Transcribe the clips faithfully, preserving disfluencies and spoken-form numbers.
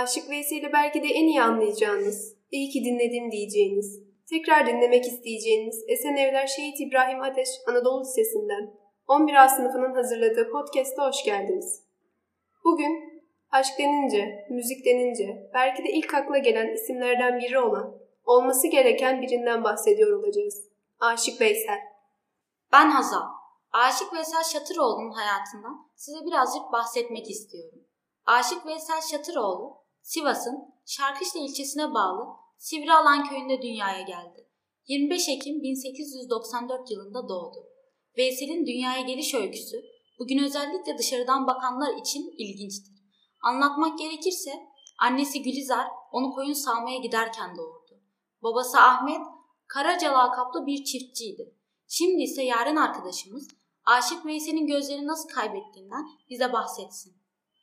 Aşık Veysel'i belki de en iyi anlayacağınız, iyi ki dinledim diyeceğiniz, tekrar dinlemek isteyeceğiniz Esenevler Şehit İbrahim Ateş Anadolu Lisesi'nden on bir A sınıfının hazırladığı podcast'a hoş geldiniz. Bugün aşk denince, müzik denince belki de ilk akla gelen isimlerden biri olan, olması gereken birinden bahsediyor olacağız. Aşık Veysel. Ben Hazal. Aşık Veysel Şatıroğlu'nun hayatından size birazcık bahsetmek istiyorum. Aşık Veysel Şatıroğlu, Sivas'ın Şarkışla ilçesine bağlı Sivrialan köyünde dünyaya geldi. yirmi beş Ekim bin sekiz yüz doksan dört yılında doğdu. Veysel'in dünyaya geliş öyküsü bugün özellikle dışarıdan bakanlar için ilginçtir. Anlatmak gerekirse annesi Gülizar onu koyun sağmaya giderken doğurdu. Babası Ahmet Karaca lakaplı bir çiftçiydi. Şimdi ise Yaren arkadaşımız Aşık Veysel'in gözlerini nasıl kaybettiğinden bize bahsetsin.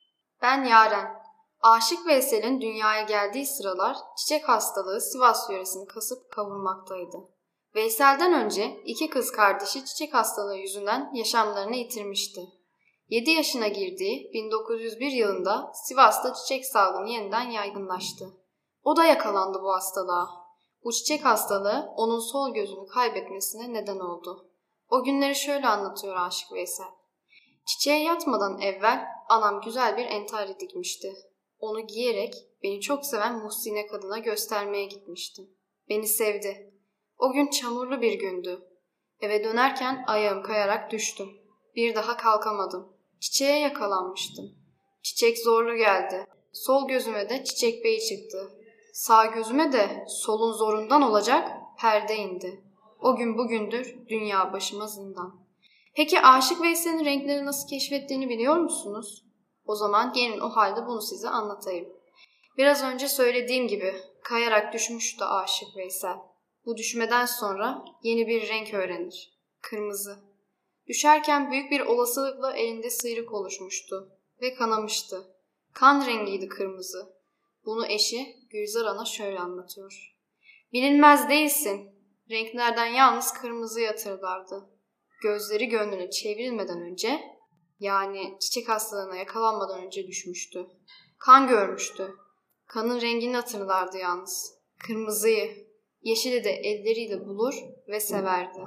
Ben Yaren. Aşık Veysel'in dünyaya geldiği sıralar çiçek hastalığı Sivas yöresini kasıp kavurmaktaydı. Veysel'den önce iki kız kardeşi çiçek hastalığı yüzünden yaşamlarını yitirmişti. yedi yaşına girdiği bin dokuz yüz bir yılında Sivas'ta çiçek salgını yeniden yaygınlaştı. O da yakalandı bu hastalığa. Bu çiçek hastalığı onun sol gözünü kaybetmesine neden oldu. O günleri şöyle anlatıyor Aşık Veysel. Çiçeğe yatmadan evvel anam güzel bir entari dikmişti. Onu giyerek beni çok seven Muhsine kadına göstermeye gitmiştim. Beni sevdi. O gün çamurlu bir gündü. Eve dönerken ayağım kayarak düştüm. Bir daha kalkamadım. Çiçeğe yakalanmıştım. Çiçek zorlu geldi. Sol gözüme de çiçek beyi çıktı. Sağ gözüme de solun zorundan olacak perde indi. O gün bugündür dünya başıma zindan. Peki Aşık Veysel'in renkleri nasıl keşfettiğini biliyor musunuz? O zaman gelin o halde bunu size anlatayım. Biraz önce söylediğim gibi kayarak düşmüştü Aşık Veysel. Bu düşmeden sonra yeni bir renk öğrenir. Kırmızı. Düşerken büyük bir olasılıkla elinde sıyrık oluşmuştu ve kanamıştı. Kan rengiydi kırmızı. Bunu eşi Gülzar Ana şöyle anlatıyor. Bilinmez değilsin. Renklerden yalnız kırmızı hatırlardı. Gözleri gönlüne çevrilmeden önce, yani çiçek hastalığına yakalanmadan önce düşmüştü. Kan görmüştü. Kanın rengini hatırlardı yalnız. Kırmızıyı, yeşili de elleriyle bulur ve severdi.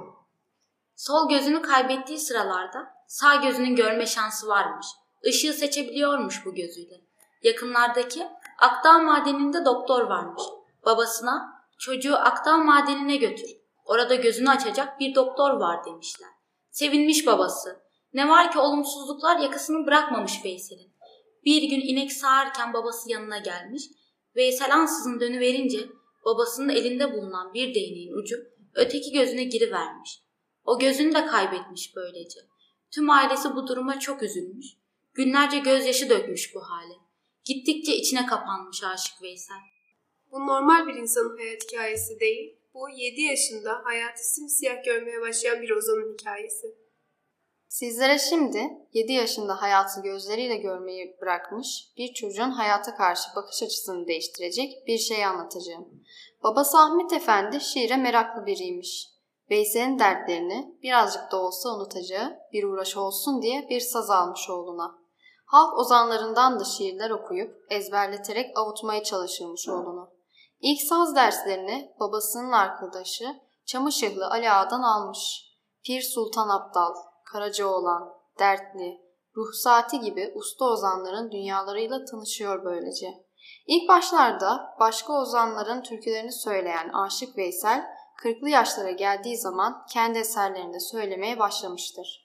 Sol gözünü kaybettiği sıralarda sağ gözünün görme şansı varmış. Işığı seçebiliyormuş bu gözüyle. Yakınlardaki Akdağ madeninde doktor varmış. Babasına çocuğu Akdağ madenine götür. Orada gözünü açacak bir doktor var demişler. Sevinmiş babası. Ne var ki olumsuzluklar yakasını bırakmamış Veysel'in. Bir gün inek sağarken babası yanına gelmiş. Veysel ansızın dönüverince babasının elinde bulunan bir değneğin ucu öteki gözüne girivermiş. O gözünü de kaybetmiş böylece. Tüm ailesi bu duruma çok üzülmüş. Günlerce gözyaşı dökmüş bu hale. Gittikçe içine kapanmış Aşık Veysel. Bu normal bir insanın hayat hikayesi değil. Bu yedi yaşında hayatı simsiyah görmeye başlayan bir ozanın hikayesi. Sizlere şimdi yedi yaşında hayatı gözleriyle görmeyi bırakmış bir çocuğun hayata karşı bakış açısını değiştirecek bir şey anlatacağım. Babası Ahmet Efendi şiire meraklı biriymiş. Veysel'in dertlerini birazcık da olsa unutacağı bir uğraş olsun diye bir saz almış oğluna. Halk ozanlarından da şiirler okuyup ezberleterek avutmaya çalışırmış oğlunu. İlk saz derslerini babasının arkadaşı Çamaşıhlı Ali Ağa'dan almış. Pir Sultan Abdal, Karacaoğlan, Dertli, Ruhsati gibi usta ozanların dünyalarıyla tanışıyor böylece. İlk başlarda başka ozanların türkülerini söyleyen Aşık Veysel, kırklı yaşlara geldiği zaman kendi eserlerinde söylemeye başlamıştır.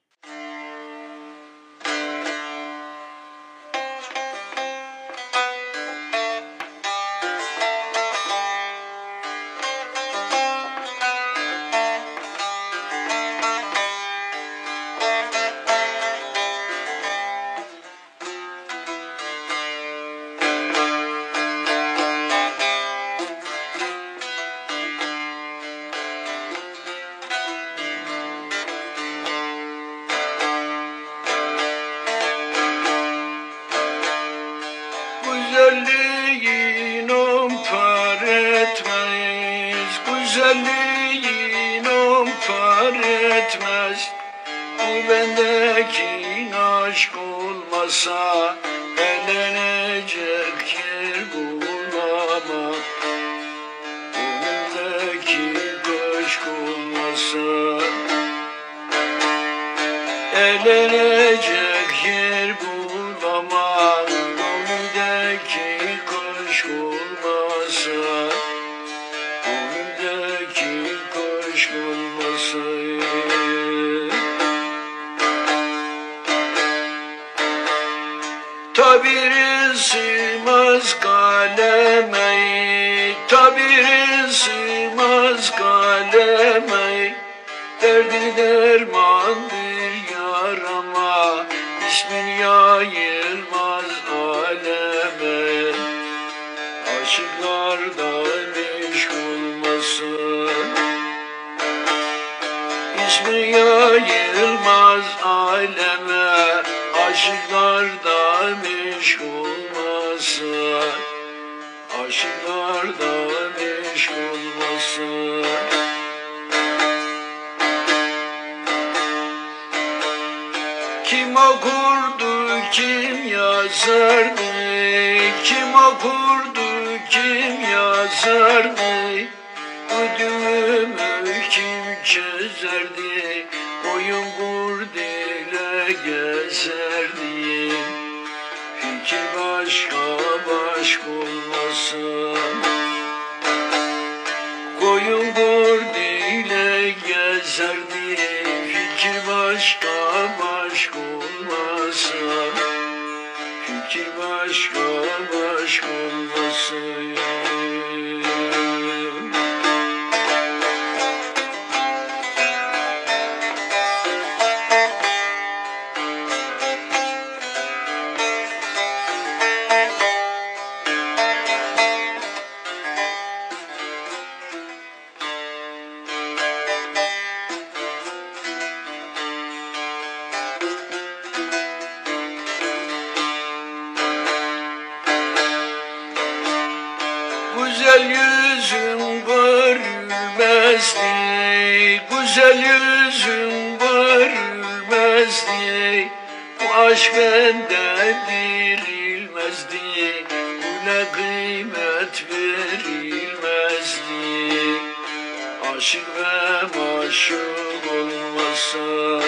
Güzelliğin umfar etmez, güzelliğin umfar etmez. Bu bendeki aşk olmasa elenecek yer bulamam. Önümdeki köşk olmasa, eğlenecek yer bulamam. Önümdeki köşk olmasa, önümdeki köşk olmasa. Tabiri sığmaz kaleme, tabiri sığmaz kaleme. Derdi dermandır yarama, ismin yayılmaz aleme. Aşıklardan eşk olmasın, ismin yayılmaz aleme. Aşıklardan eşk olmasın, aşıklardan eşk olmasın. Kim okurdu, kim yazardı? Kim okurdu, kim yazardı? Bu düğümü kim çözerdi? Oyun kurdele gezerdi. Fikir başka başka olmasın, koyun kurdele gezerdi. Fikir başka başka olmasın, fikir başka başka olmasın. Güzel yüzün görülmezdi, güzel yüzün görülmezdi. Bu aşk benden verilmezdi, buna kıymet verilmezdi. Aşık ve maşuk olmasa,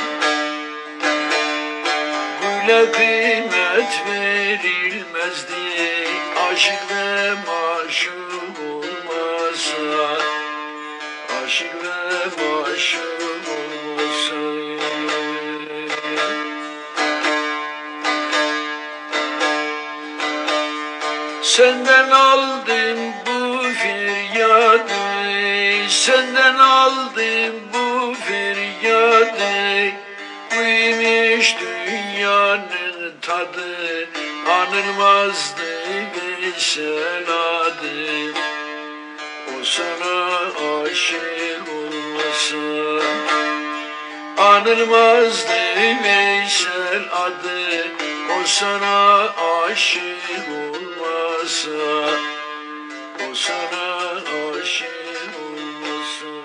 buna kıymet verilmezdi. Aşık ve maşuk olmasa, aşık ve maşuk olmasa. Senden aldım bu feryadı, senden aldım bu feryadı. Buymuş dünyanın tadı, anılmazdı Veysel adı. O sana aşık olmasa, anılmazdı Veysel adı. O sana aşık olmasa, o sana aşık olmasa.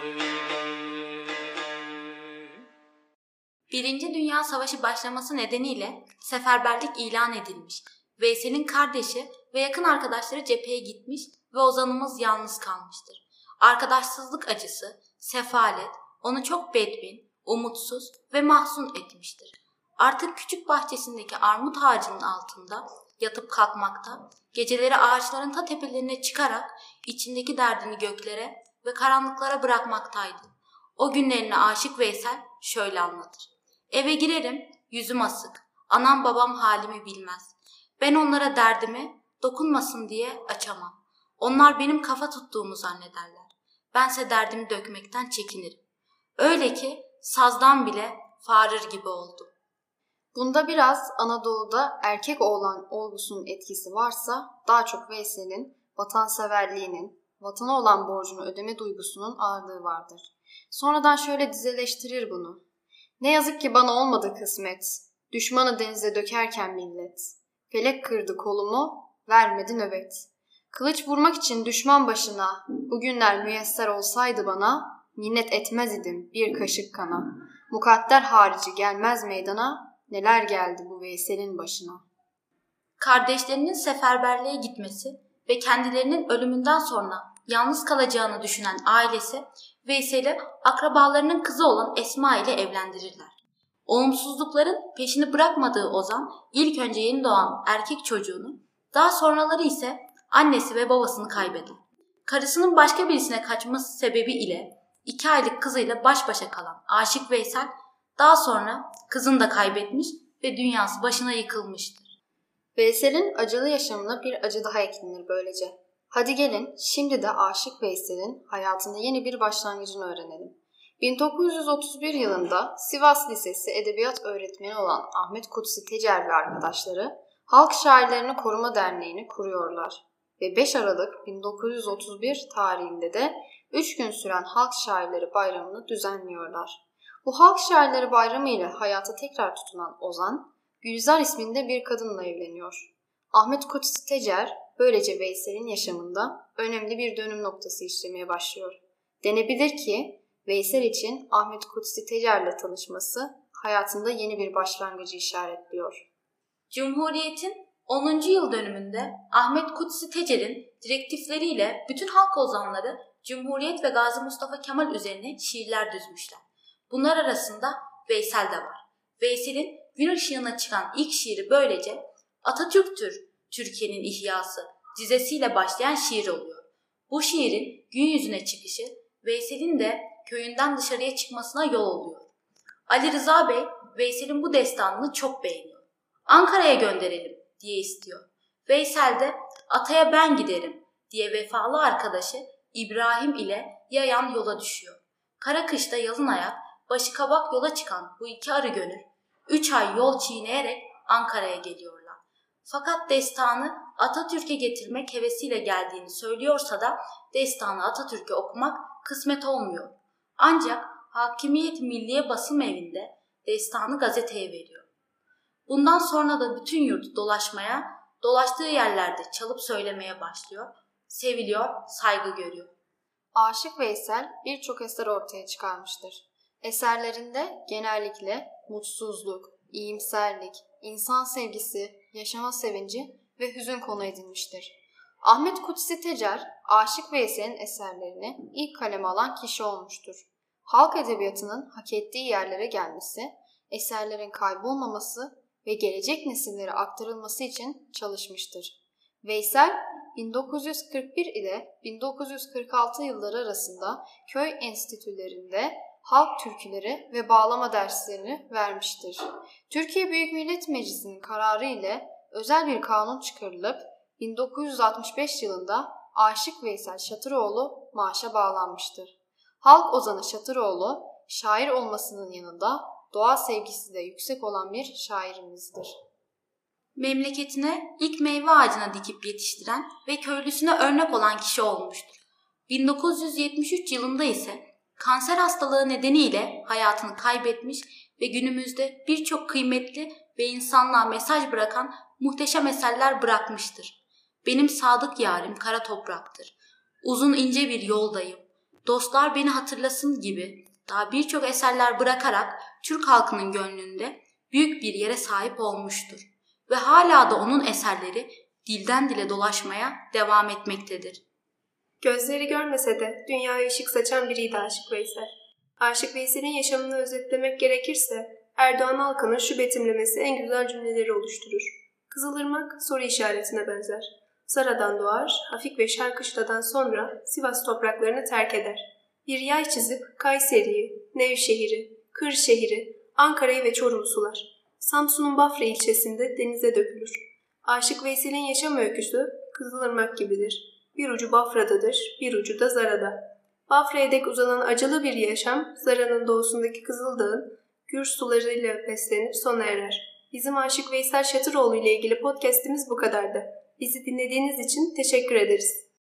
Birinci Dünya Savaşı başlaması nedeniyle seferberlik ilan edilmiş. Veysel'in kardeşi ve yakın arkadaşları cepheye gitmiş ve ozanımız yalnız kalmıştır. Arkadaşsızlık acısı, sefalet onu çok bedbin, umutsuz ve mahzun etmiştir. Artık küçük bahçesindeki armut ağacının altında yatıp kalkmakta, geceleri ağaçların ta tepelerine çıkarak içindeki derdini göklere ve karanlıklara bırakmaktaydı. O günlerini aşık Veysel şöyle anlatır. Eve girerim, yüzüm asık, anam babam halimi bilmez. Ben onlara derdimi dokunmasın diye açamam. Onlar benim kafa tuttuğumu zannederler. Bense derdimi dökmekten çekinirim. Öyle ki sazdan bile fağırır gibi oldum. Bunda biraz Anadolu'da erkek oğlan olgusunun etkisi varsa daha çok Veysel'in vatanseverliğinin, vatana olan borcunu ödeme duygusunun ağırlığı vardır. Sonradan şöyle dizeleştirir bunu. Ne yazık ki bana olmadı kısmet, düşmanı denize dökerken millet. Felek kırdı kolumu, vermedi nöbet. Kılıç vurmak için düşman başına, bugünler müyesser olsaydı bana, minnet etmez idim bir kaşık kana. Mukadder harici gelmez meydana, neler geldi bu Veysel'in başına. Kardeşlerinin seferberliğe gitmesi ve kendilerinin ölümünden sonra yalnız kalacağını düşünen ailesi Veysel'i akrabalarının kızı olan Esma ile evlendirirler. Olumsuzlukların peşini bırakmadığı Ozan ilk önce yeni doğan erkek çocuğunu, daha sonraları ise annesi ve babasını kaybeder. Karısının başka birisine kaçması sebebiyle iki aylık kızıyla baş başa kalan aşık Veysel daha sonra kızını da kaybetmiş ve dünyası başına yıkılmıştır. Veysel'in acılı yaşamına bir acı daha eklenir böylece. Hadi gelin şimdi de aşık Veysel'in hayatında yeni bir başlangıcını öğrenelim. bin dokuz yüz otuz bir yılında Sivas Lisesi edebiyat öğretmeni olan Ahmet Kutsi Tecer ve arkadaşları Halk Şairlerini Koruma Derneği'ni kuruyorlar. Ve beş Aralık bin dokuz yüz otuz bir tarihinde de üç gün süren Halk Şairleri Bayramı'nı düzenliyorlar. Bu Halk Şairleri Bayramı ile hayata tekrar tutunan Ozan, Gülzar isminde bir kadınla evleniyor. Ahmet Kutsi Tecer böylece Veysel'in yaşamında önemli bir dönüm noktası işlemeye başlıyor. Denebilir ki Veysel için Ahmet Kutsi Tecer'le tanışması hayatında yeni bir başlangıcı işaretliyor. Cumhuriyet'in onuncu yıl dönümünde Ahmet Kutsi Tecer'in direktifleriyle bütün halk ozanları Cumhuriyet ve Gazi Mustafa Kemal üzerine şiirler düzmüşler. Bunlar arasında Veysel de var. Veysel'in gün ışığına çıkan ilk şiiri böylece Atatürk'tür Türkiye'nin ihyası dizesiyle başlayan şiir oluyor. Bu şiirin gün yüzüne çıkışı Veysel'in de köyünden dışarıya çıkmasına yol oluyor. Ali Rıza Bey Veysel'in bu destanını çok beğeniyor. Ankara'ya gönderelim diye istiyor. Veysel de ataya ben giderim diye vefalı arkadaşı İbrahim ile yayan yola düşüyor. Kara kışta yalın ayak, başı kabak yola çıkan bu iki arı gönül üç ay yol çiğneyerek Ankara'ya geliyorlar. Fakat destanı Atatürk'e getirmek hevesiyle geldiğini söylüyorsa da destanı Atatürk'e okumak kısmet olmuyor. Ancak Hakimiyet Milliye Basım Evi'nde destanı gazeteye veriyor. Bundan sonra da bütün yurt dolaşmaya, dolaştığı yerlerde çalıp söylemeye başlıyor, seviliyor, saygı görüyor. Aşık Veysel birçok eser ortaya çıkarmıştır. Eserlerinde genellikle mutsuzluk, iyimserlik, insan sevgisi, yaşama sevinci ve hüzün konu edilmiştir. Ahmet Kutsi Tecer, Aşık Veysel'in eserlerini ilk kaleme alan kişi olmuştur. Halk edebiyatının hak ettiği yerlere gelmesi, eserlerin kaybolmaması ve gelecek nesillere aktarılması için çalışmıştır. Veysel, bin dokuz yüz kırk bir ile bin dokuz yüz kırk altı yılları arasında köy enstitülerinde halk türküleri ve bağlama derslerini vermiştir. Türkiye Büyük Millet Meclisi'nin kararı ile özel bir kanun çıkarılıp bin dokuz yüz altmış beş yılında Aşık Veysel Şatıroğlu maaşa bağlanmıştır. Halk ozanı Şatıroğlu, şair olmasının yanında doğa sevgisi de yüksek olan bir şairimizdir. Memleketine ilk meyve ağacına dikip yetiştiren ve köylüsüne örnek olan kişi olmuştur. bin dokuz yüz yetmiş üç yılında ise kanser hastalığı nedeniyle hayatını kaybetmiş ve günümüzde birçok kıymetli ve insanlığa mesaj bırakan muhteşem eserler bırakmıştır. Benim sadık yarim kara topraktır. Uzun ince bir yoldayım. Dostlar beni hatırlasın gibi daha birçok eserler bırakarak Türk halkının gönlünde büyük bir yere sahip olmuştur. Ve hala da onun eserleri dilden dile dolaşmaya devam etmektedir. Gözleri görmese de dünyaya ışık saçan biriydi Aşık Veysel. Aşık Veysel'in yaşamını özetlemek gerekirse Erdoğan Alkan'ın şu betimlemesi en güzel cümleleri oluşturur. Kızılırmak soru işaretine benzer. Zara'dan doğar, Hafik ve Şarkışla'dan sonra Sivas topraklarını terk eder. Bir yay çizip Kayseri'yi, Nevşehir'i, Kırşehir'i, Ankara'yı ve Çorum'u sular. Samsun'un Bafra ilçesinde denize dökülür. Aşık Veysel'in yaşam öyküsü Kızılırmak gibidir. Bir ucu Bafra'dadır, bir ucu da Zara'da. Bafra'ya dek uzanan acılı bir yaşam, Zara'nın doğusundaki Kızıldağ'ın gür sularıyla beslenip sona erer. Bizim Aşık Veysel Şatıroğlu ile ilgili podcast'imiz bu kadardı. Bizi dinlediğiniz için teşekkür ederiz.